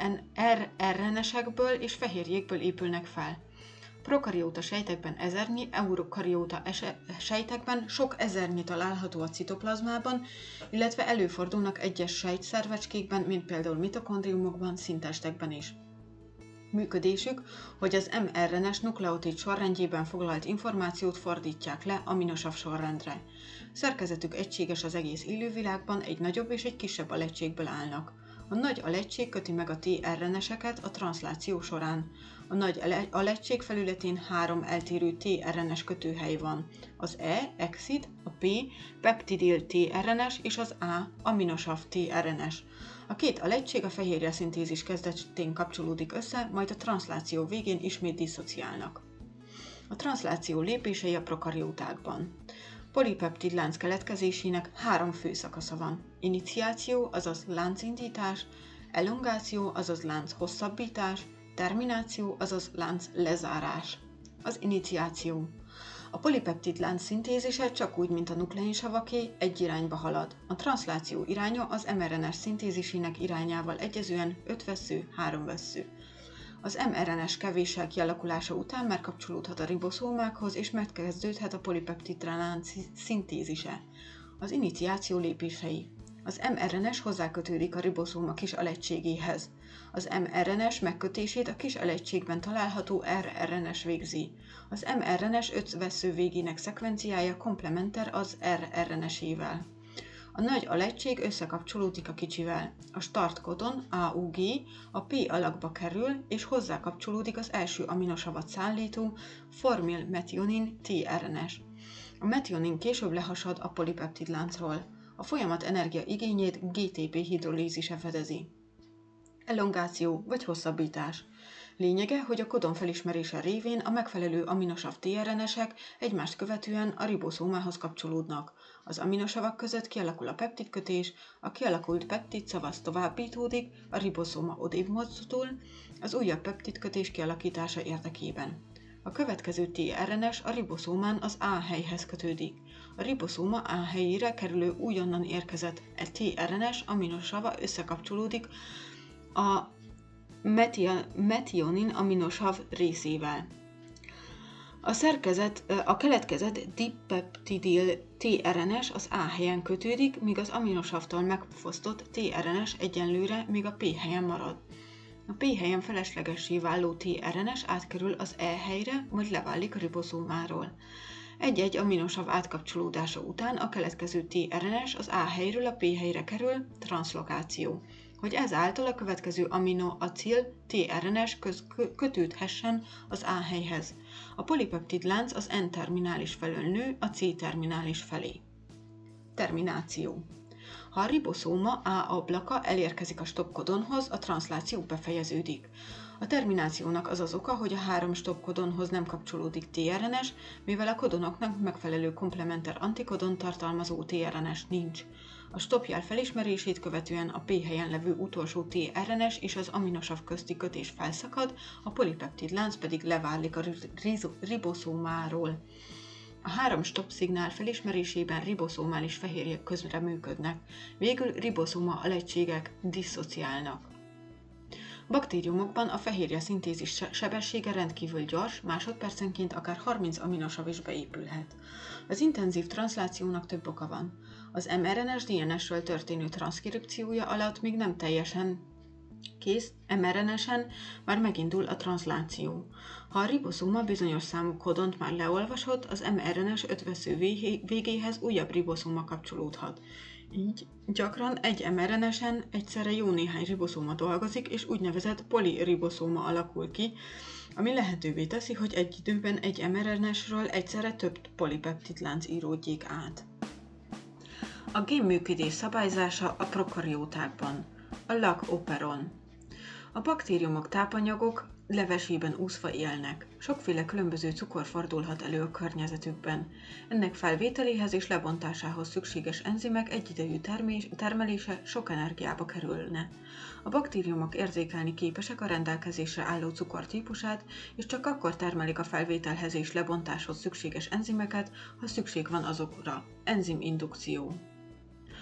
er en esekből és fehérjékből épülnek fel. Prokarióta sejtekben ezernyi, eukarióta sejtekben sok ezernyi található a citoplazmában, illetve előfordulnak egyes sejtszervecskékben, mint például mitokondriumokban, színtestekben is. Működésük, hogy az em er en es nukleotid sorrendjében foglalt információt fordítják le aminosav sorrendre. Szerkezetük egységes az egész élővilágban, egy nagyobb és egy kisebb alegységből állnak. A nagy alegység köti meg a té er en eseket a transzláció során. A nagy alegység felületén három eltérő té er en es kötőhely van. Az E, exid, a P, peptidil té er en es és az A, aminosav té er en es. A két alegység a fehérje szintézis kezdetén kapcsolódik össze, majd a transzláció végén ismét diszociálnak. A transzláció lépései a prokariótákban. Polipeptidlánc keletkezésének három fő szakasza van. Iniciáció, azaz láncindítás, elongáció, azaz lánc hosszabbítás, termináció, azaz lánc lezárás. Az iniciáció. A polipeptidlánc szintézise csak úgy, mint a nukleinsavaké, egy irányba halad. A transzláció iránya az em er en es szintézisének irányával egyezően öt vessző, három vessző. Az em er en es kevéssel kialakulása után már kapcsolódhat a riboszómákhoz, és megkezdődhet a polipeptidlánc szintézise. Az iniciáció lépései. Az em er en es hozzákötődik a riboszóma kis alegységéhez. Az em er en es megkötését a kis alegységben található er er en es végzi. Az em er en es öt vessző végének szekvenciája komplementer az er er en esével. A nagy alegység összekapcsolódik a kicsivel. A startkodon á u gé a P alakba kerül, és hozzá kapcsolódik az első aminosavat szállító formil metionin té er en es. A metionin később lehasad a polipeptidláncról. A folyamat energia igényét gé té pé hidrolízise fedezi. Elongáció vagy hosszabbítás. Lényege, hogy a kodon felismerése révén a megfelelő aminosav té er en esek egymást követően a riboszómához kapcsolódnak. Az aminosavak között kialakul a peptidkötés, a kialakult peptid szavaz továbbítódik, a riboszóma odébb mozdul, az újabb peptidkötés kialakítása érdekében. A következő té er en es a riboszómán az A helyhez kötődik. A riboszóma A helyére kerülő újonnan érkezett e té er en es aminosava összekapcsolódik a metionin aminosav részével. A, szerkezet, a keletkezett dipeptidil té er en es az A helyen kötődik, míg az aminosavtól megfosztott té er en es egyenlőre még a P helyen marad. A P helyen feleslegessé váló té er en es átkerül az E helyre, majd leválik a riboszómáról. Egy-egy aminosav átkapcsolódása után a keletkező té er en es az A helyről a P helyre kerül, transzlokáció, hogy ezáltal a következő aminoacil té er en es köz kötődhessen az A helyhez. A polipeptidlánc az N-terminális felől nő a C-terminális felé. Termináció. Ha a riboszóma A ablaka elérkezik a stopkodonhoz, a transzláció befejeződik. A terminációnak az az oka, hogy a három stopkodonhoz nem kapcsolódik té er en es, mivel a kodonoknak megfelelő komplementer antikodon tartalmazó té er en es nincs. A stopjel felismerését követően a P helyen levő utolsó té er en es és az aminosav közti kötés felszakad, a polipeptidlánc pedig leválik a riboszómáról. A három stop szignál felismerésében riboszómális fehérjek közreműködnek, végül riboszóma alegységek disszociálnak. Baktériumokban a fehérje szintézis sebessége rendkívül gyors, másodpercenként akár harminc aminosav is beépülhet. Az intenzív transzlációnak több oka van. Az em er en es dé en es-ről történő transzkripciója alatt még nem teljesen kész, em er en esen már megindul a transzláció. Ha a riboszóma bizonyos számú kodont már leolvasott, az em er en es öt vessző végéhez újabb riboszóma kapcsolódhat. Így gyakran egy em er en esen egyszerre jó néhány riboszóma dolgozik, és úgynevezett poliriboszóma alakul ki, ami lehetővé teszi, hogy egy időben egy em er en esről egyszerre több polipeptidlánc íródjék át. A génműködés szabályzása a prokariótákban. A Lac-operon. A baktériumok tápanyagok levesében úszva élnek. Sokféle különböző cukor fordulhat elő a környezetükben. Ennek felvételéhez és lebontásához szükséges enzimek egyidejű termés, termelése sok energiába kerülne. A baktériumok érzékelni képesek a rendelkezésre álló cukor típusát, és csak akkor termelik a felvételhez és lebontáshoz szükséges enzimeket, ha szükség van azokra. Enzimindukció.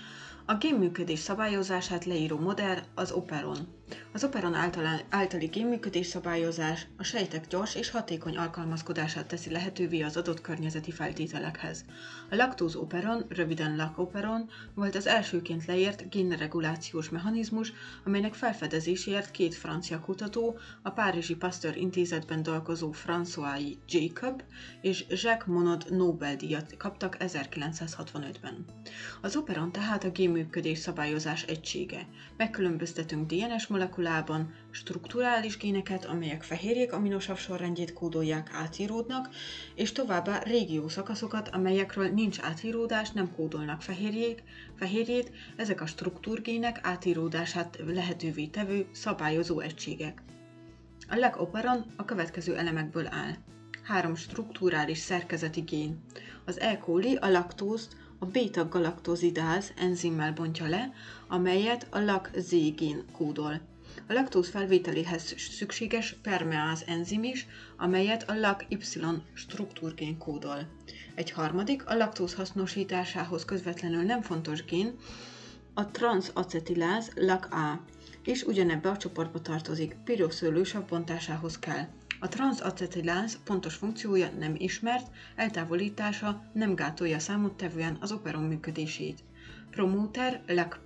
A génműködés szabályozását leíró modell az Operon. Az Operon általi génműködés szabályozás a sejtek gyors és hatékony alkalmazkodását teszi lehetővé az adott környezeti feltételekhez. A laktóz Operon, röviden LAC-Operon volt az elsőként leírt génregulációs mechanizmus, amelynek felfedezéséért két francia kutató, a párizsi Pasteur intézetben dolgozó François Jacob és Jacques Monod Nobel-díjat kaptak ezerkilencszázhatvanötben. Az Operon tehát a génműködés szabályozás egysége. Megkülönböztetünk dé en es molekulában strukturális géneket, amelyek fehérjék aminosav sorrendjét kódolják, átíródnak, és továbbá régió szakaszokat, amelyekről nincs átíródás, nem kódolnak fehérjék, fehérjét, ezek a struktúrgének átíródását lehetővé tevő szabályozó egységek. A LAC-Operon a következő elemekből áll. Három strukturális szerkezeti gén. Az E. coli a laktózt a béta-galaktozidáz enzimmel bontja le, amelyet a LAC-Z gén kódol. A laktóz felvételéhez szükséges permeáz enzim is, amelyet a LAC-Y struktúrgén kódol. Egy harmadik, a laktóz hasznosításához közvetlenül nem fontos gén, a transacetiláz LAC-A, és ugyanebbe a csoportba tartozik, piroszőlősav bontásához kell. A transacetiláz pontos funkciója nem ismert, eltávolítása nem gátolja számottevően az Operon működését. Promóter LAC-P,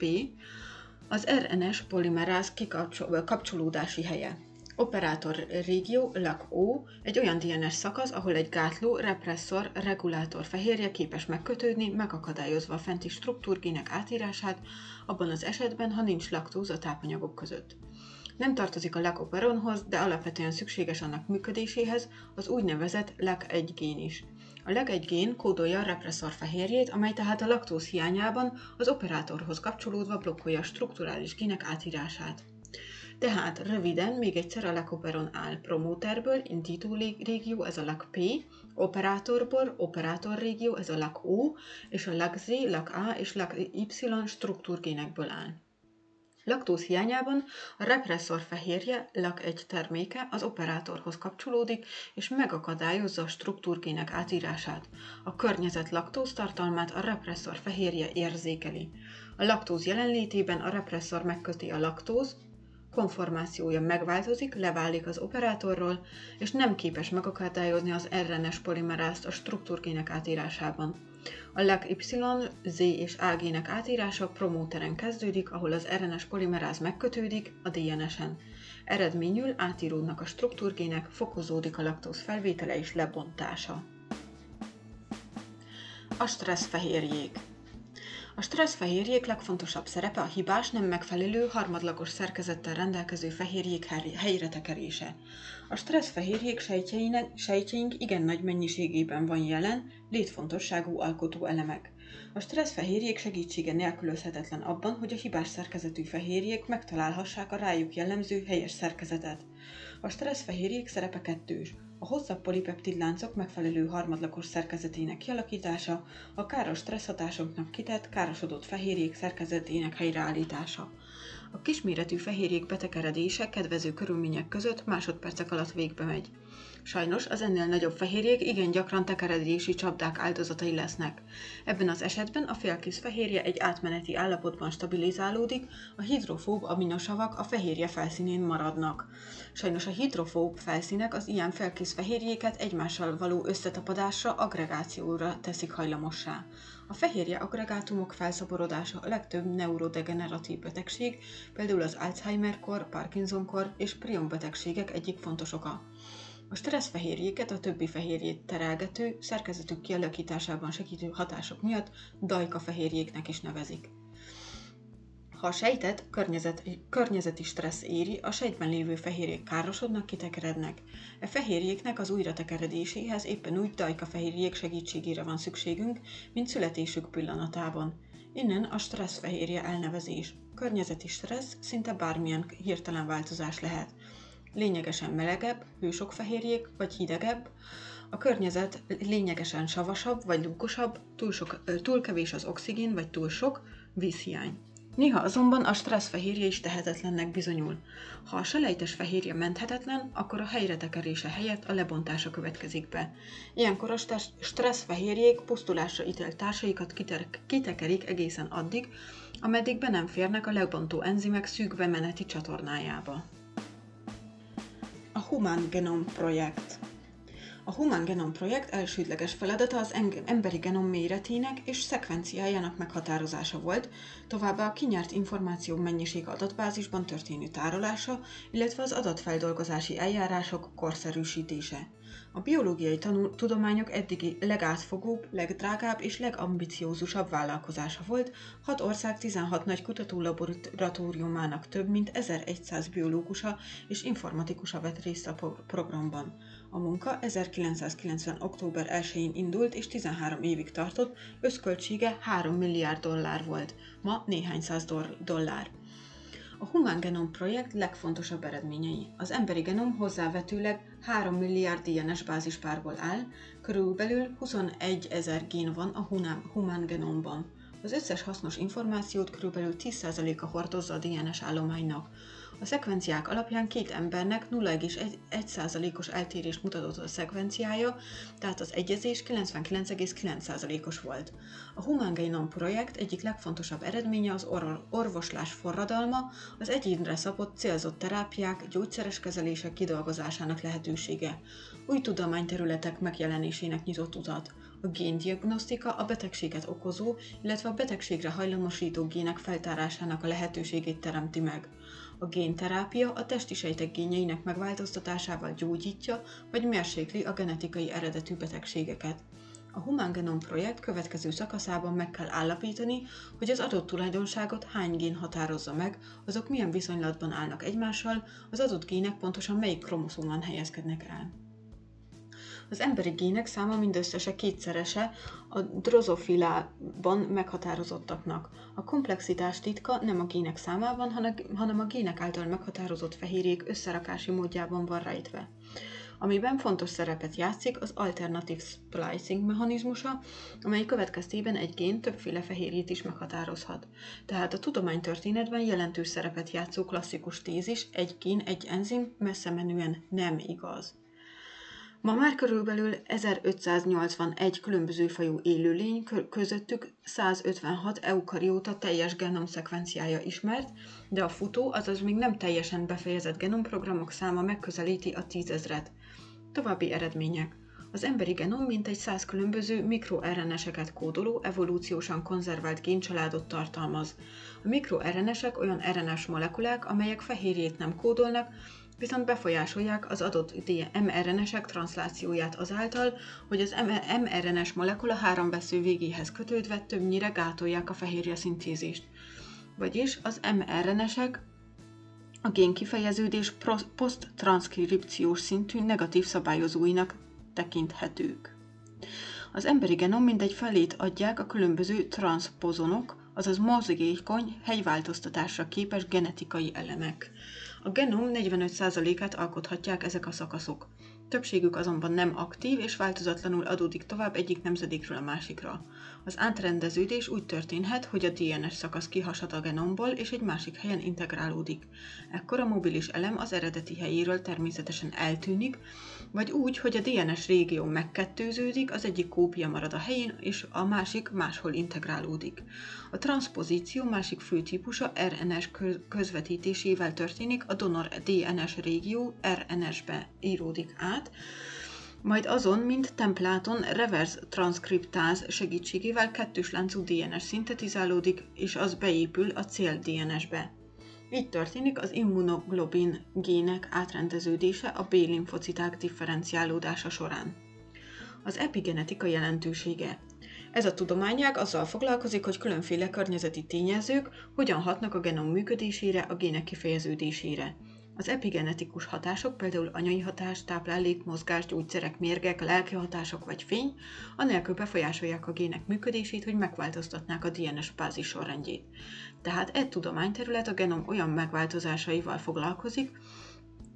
az er en es polimeráz kikapcsolódási helye. Operátor régió LAC-O, egy olyan dé en es szakasz, ahol egy gátló, represszor, regulátor fehérje képes megkötődni, megakadályozva a fenti struktúrgének átírását, abban az esetben, ha nincs laktóz a tápanyagok között. Nem tartozik a LAC-Operonhoz, de alapvetően szükséges annak működéséhez az úgynevezett LAC-egy gén is. A LAC-egy gén kódolja a represszor fehérjét, amely tehát a laktóz hiányában az operátorhoz kapcsolódva blokkolja a strukturális gének átírását. Tehát röviden még egyszer a LAC-Operon áll promóterből, indító régió, ez a LAC-P, operátorból, operátor régió, ez a LAC-O, és a LAC-Z, LAC-A és LAC-Y struktúrgénekből áll. Laktóz hiányában a represszor fehérje, LAC-egy terméke az operátorhoz kapcsolódik és megakadályozza a struktúrgének átírását. A környezet laktóz tartalmát a represszor fehérje érzékeli. A laktóz jelenlétében a represszor megköti a laktóz, konformációja megváltozik, leválik az operátorról, és nem képes megakadályozni az er en es polimerázt a struktúrgének átírásában. A LAC-Y, Z és A gének átírása promóteren kezdődik, ahol az er en es polimeráz megkötődik a dé en esen. Eredményül átíródnak a struktúrgének, fokozódik a laktóz felvétele és lebontása. A stresszfehérjék. A stresszfehérjék legfontosabb szerepe a hibás, nem megfelelő, harmadlagos szerkezettel rendelkező fehérjék helyre tekerése. A stresszfehérjék sejtjeink igen nagy mennyiségében van jelen, létfontosságú alkotóelemek. A stresszfehérjék segítsége nélkülözhetetlen abban, hogy a hibás szerkezetű fehérjék megtalálhassák a rájuk jellemző helyes szerkezetet. A stresszfehérjék szerepe kettős. A hosszabb polipeptidláncok megfelelő harmadlagos szerkezetének kialakítása, a káros stresszhatásoknak kitett, károsodott fehérjék szerkezetének helyreállítása. A kisméretű fehérjék betekeredése kedvező körülmények között másodpercek alatt végbe megy. Sajnos az ennél nagyobb fehérjék igen gyakran tekeredési csapdák áldozatai lesznek. Ebben az esetben a félkész fehérje egy átmeneti állapotban stabilizálódik, a hidrofób aminosavak a fehérje felszínén maradnak. Sajnos a hidrofób felszínek az ilyen félkész fehérjéket egymással való összetapadásra, aggregációra teszik hajlamossá. A fehérje aggregátumok felszaporodása a legtöbb neurodegeneratív betegség, például az Alzheimer-kor, Parkinson-kor és prion-betegségek egyik fontos oka. A stresszfehérjéket a többi fehérjét terelgető, szerkezetük kialakításában segítő hatások miatt dajka fehérjéknek is nevezik. Ha a sejtet környezet, környezeti stressz éri, a sejtben lévő fehérjék károsodnak, kitekerednek. E fehérjéknek az újratekeredéséhez éppen úgy dajka fehérjék segítségére van szükségünk, mint születésük pillanatában. Innen a stresszfehérje elnevezés. Környezeti stressz szinte bármilyen hirtelen változás lehet. Lényegesen melegebb, hősok fehérjék, vagy hidegebb, a környezet lényegesen savasabb vagy lúgosabb, túl, sok, túl kevés az oxigén, vagy túl sok, vízhiány. Néha azonban a stressz fehérje is tehetetlennek bizonyul. Ha a selejtes fehérje menthetetlen, akkor a helyre tekerése helyett a lebontása következik be. Ilyenkor a stressz fehérjék pusztulásra ítélt társaikat kitekerik egészen addig, ameddig be nem férnek a lebontó enzimek szűk bemeneti csatornájába. A Human Genome Projekt. A Human Genome Projekt elsődleges feladata az emberi genom méretének és szekvenciájának meghatározása volt, továbbá a kinyert információ mennyiség adatbázisban történő tárolása, illetve az adatfeldolgozási eljárások korszerűsítése. A biológiai tanul- tudományok eddigi legátfogóbb, legdrágább és legambiciózusabb vállalkozása volt, hat ország tizenhat nagy kutatólaboratóriumának több mint ezerszáz biológusa és informatikusa vett részt a programban. A munka ezerkilencszázkilencven. október elsején indult és tizenhárom évig tartott, összköltsége három milliárd dollár volt, ma néhány száz dollár. A Human Genome Projekt legfontosabb eredményei. Az emberi genom hozzávetőleg három milliárd dé en es bázispárból áll, körülbelül huszonegyezer gén van a Human Genomban. Az összes hasznos információt körülbelül tíz százaléka hordozza a dé en es állománynak. A szekvenciák alapján két embernek nulla egész egy százalékos eltérést mutatott a szekvenciája, tehát az egyezés kilencvenkilenc egész kilenc százalékos volt. A Human Genome Projekt egyik legfontosabb eredménye az or- orvoslás forradalma, az egyénre szabott célzott terápiák, gyógyszeres kezelések kidolgozásának lehetősége. Új tudományterületek megjelenésének nyitott utat. A géndiagnosztika a betegséget okozó, illetve a betegségre hajlamosító gének feltárásának a lehetőségét teremti meg. A génterápia a testi sejtek génjeinek megváltoztatásával gyógyítja vagy mérsékli a genetikai eredetű betegségeket. A Human Genome Projekt következő szakaszában meg kell állapítani, hogy az adott tulajdonságot hány gén határozza meg, azok milyen viszonylatban állnak egymással, az adott gének pontosan melyik kromoszómán helyezkednek el. Az emberi gének száma mindösszesen kétszerese a drozofilában meghatározottaknak. A komplexitás titka nem a gének számában, hanem a gének által meghatározott fehérjék összerakási módjában van rejtve. Amiben fontos szerepet játszik az alternatív splicing mechanizmusa, amely következtében egy gén többféle fehérjét is meghatározhat. Tehát a tudománytörténetben jelentős szerepet játszó klasszikus tézis, egy gén, egy enzim messze menően nem igaz. Ma már körülbelül ezerötszáznyolcvanegy különböző fajú élőlény, közöttük százötvenhat eukarióta teljes genomszekvenciája ismert, de a futó, azaz még nem teljesen befejezett genomprogramok száma megközelíti a tízezret. További eredmények. Az emberi genom mintegy száz különböző mikroer en eseket kódoló, evolúciósan konzervált géncsaládot tartalmaz. A mikroer en esek olyan er en es molekulák, amelyek fehérjét nem kódolnak, viszont befolyásolják az adott em er en esek transzlációját azáltal, hogy az em er en es molekula háromvesző végéhez kötődve többnyire gátolják a fehérje szintézist. Vagyis az em er en esek a génkifejeződés poszttranszkripciós szintű negatív szabályozóinak tekinthetők. Az emberi genom mindegy felét adják a különböző transzpozonok, azaz mozgékony, hegyváltoztatásra képes genetikai elemek. A genom negyvenöt százalékát alkothatják ezek a szakaszok. Többségük azonban nem aktív és változatlanul adódik tovább egyik nemzedékről a másikra. Az átrendeződés úgy történhet, hogy a dé en es szakasz kihasad a genomból és egy másik helyen integrálódik. Ekkor a mobilis elem az eredeti helyéről természetesen eltűnik, vagy úgy, hogy a dé en es régió megkettőződik, az egyik kópia marad a helyén, és a másik máshol integrálódik. A transzpozíció másik fő típusa er en es közvetítésével történik, a donor dé en es régió er en es-be íródik át, majd azon, mint templáton reverse transzkriptáz segítségével kettős láncú dé en es szintetizálódik, és az beépül a cél dé en es-be. Így történik az immunoglobin gének átrendeződése a B-limfociták differenciálódása során. Az epigenetika jelentősége. Ez a tudományág azzal foglalkozik, hogy különféle környezeti tényezők hogyan hatnak a genom működésére, a gének kifejeződésére. Az epigenetikus hatások, például anyai hatás, táplálék, mozgás, gyógyszerek, mérgek, lelki hatások vagy fény, anélkül befolyásolják a gének működését, hogy megváltoztatnák a dé en es bázis sorrendjét. Tehát egy tudományterület a genom olyan megváltozásaival foglalkozik,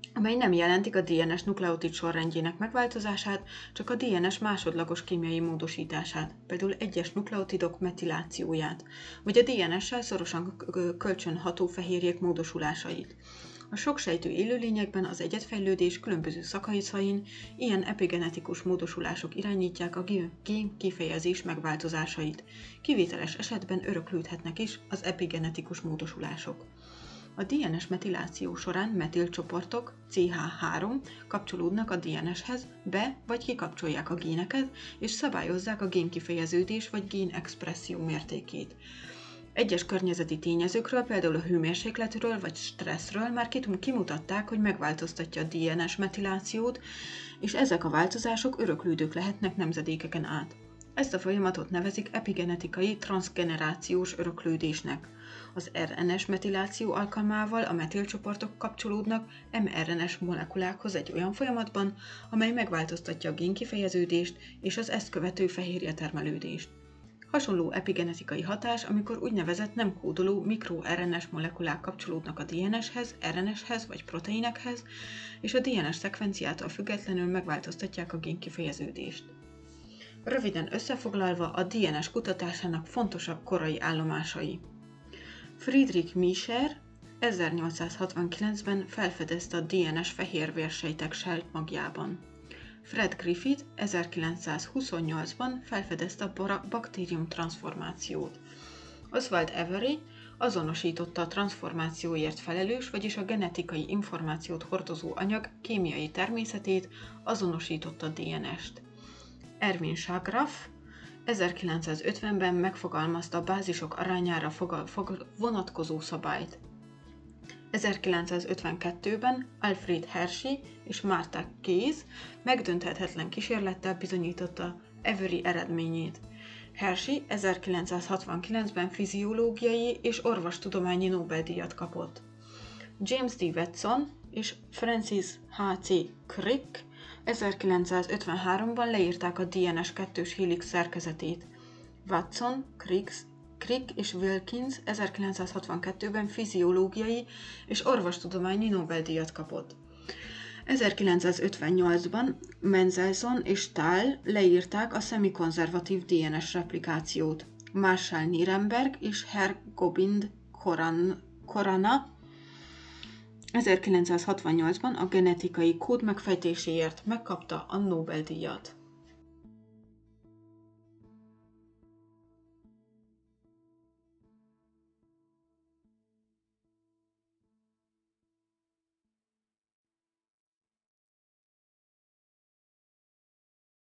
amely nem jelentik a dé en es nukleotid sorrendjének megváltozását, csak a dé en es másodlagos kémiai módosítását, például egyes nukleotidok metilációját, vagy a dé en es-sel szorosan kölcsönható fehérjék módosulásait. A soksejtű élőlényekben az egyedfejlődés különböző szakaszain ilyen epigenetikus módosulások irányítják a gén kifejezés megváltozásait. Kivételes esetben öröklődhetnek is az epigenetikus módosulások. A dé en es metiláció során metilcsoportok cé há három kapcsolódnak a dé en eshez, be- vagy kikapcsolják a géneket, és szabályozzák a génkifejeződés vagy génexpresszió mértékét. Egyes környezeti tényezőkről, például a hőmérsékletről vagy stresszről már kimutatták, hogy megváltoztatja a dé en es metilációt, és ezek a változások öröklődők lehetnek nemzedékeken át. Ezt a folyamatot nevezik epigenetikai transzgenerációs öröklődésnek. Az er en es metiláció alkalmával a metilcsoportok kapcsolódnak em er en es molekulákhoz egy olyan folyamatban, amely megváltoztatja a génkifejeződést és az ezt követő fehérjetermelődést. Hasonló epigenetikai hatás, amikor úgynevezett nem kódoló mikro-er en es molekulák kapcsolódnak a dé en eshez, er en eshez vagy proteinekhez, és a dé en es szekvenciától függetlenül megváltoztatják a génkifejeződést. Röviden összefoglalva a dé en es kutatásának fontosabb korai állomásai. Friedrich Miescher ezernyolcszázhatvankilencben felfedezte a dé en es fehérvérsejtek sejtmagjában. Fred Griffith ezerkilencszázhuszonnyolcban felfedezte a baktérium transformációt. Oswald Avery azonosította a transformációért felelős, vagyis a genetikai információt hordozó anyag kémiai természetét, azonosította a dé en est. Erwin Shagraf ezerkilencszázötvenben megfogalmazta a bázisok arányára vonatkozó szabályt. ezerkilencszázötvenkettőben Alfred Hershey és Martha Case megdönthetetlen kísérlettel bizonyította Avery eredményét. Hershey ezerkilencszázhatvankilencben fiziológiai és orvostudományi Nobel-díjat kapott. James D. Watson és Francis H C Crick ezerkilencszázötvenháromban leírták a dé en es kettős hélix szerkezetét. Watson, Crick, Crick és Wilkins ezerkilencszázhatvankettőben fiziológiai és orvostudományi Nobel-díjat kapott. ezerkilencszázötvennyolcban Mendelssohn és Stahl leírták a szemikonzervatív dé en es replikációt. Marshall Nirenberg és Herr Gobind Khorana ezerkilencszázhatvannyolcban a genetikai kód megfejtéséért megkapta a Nobel-díjat.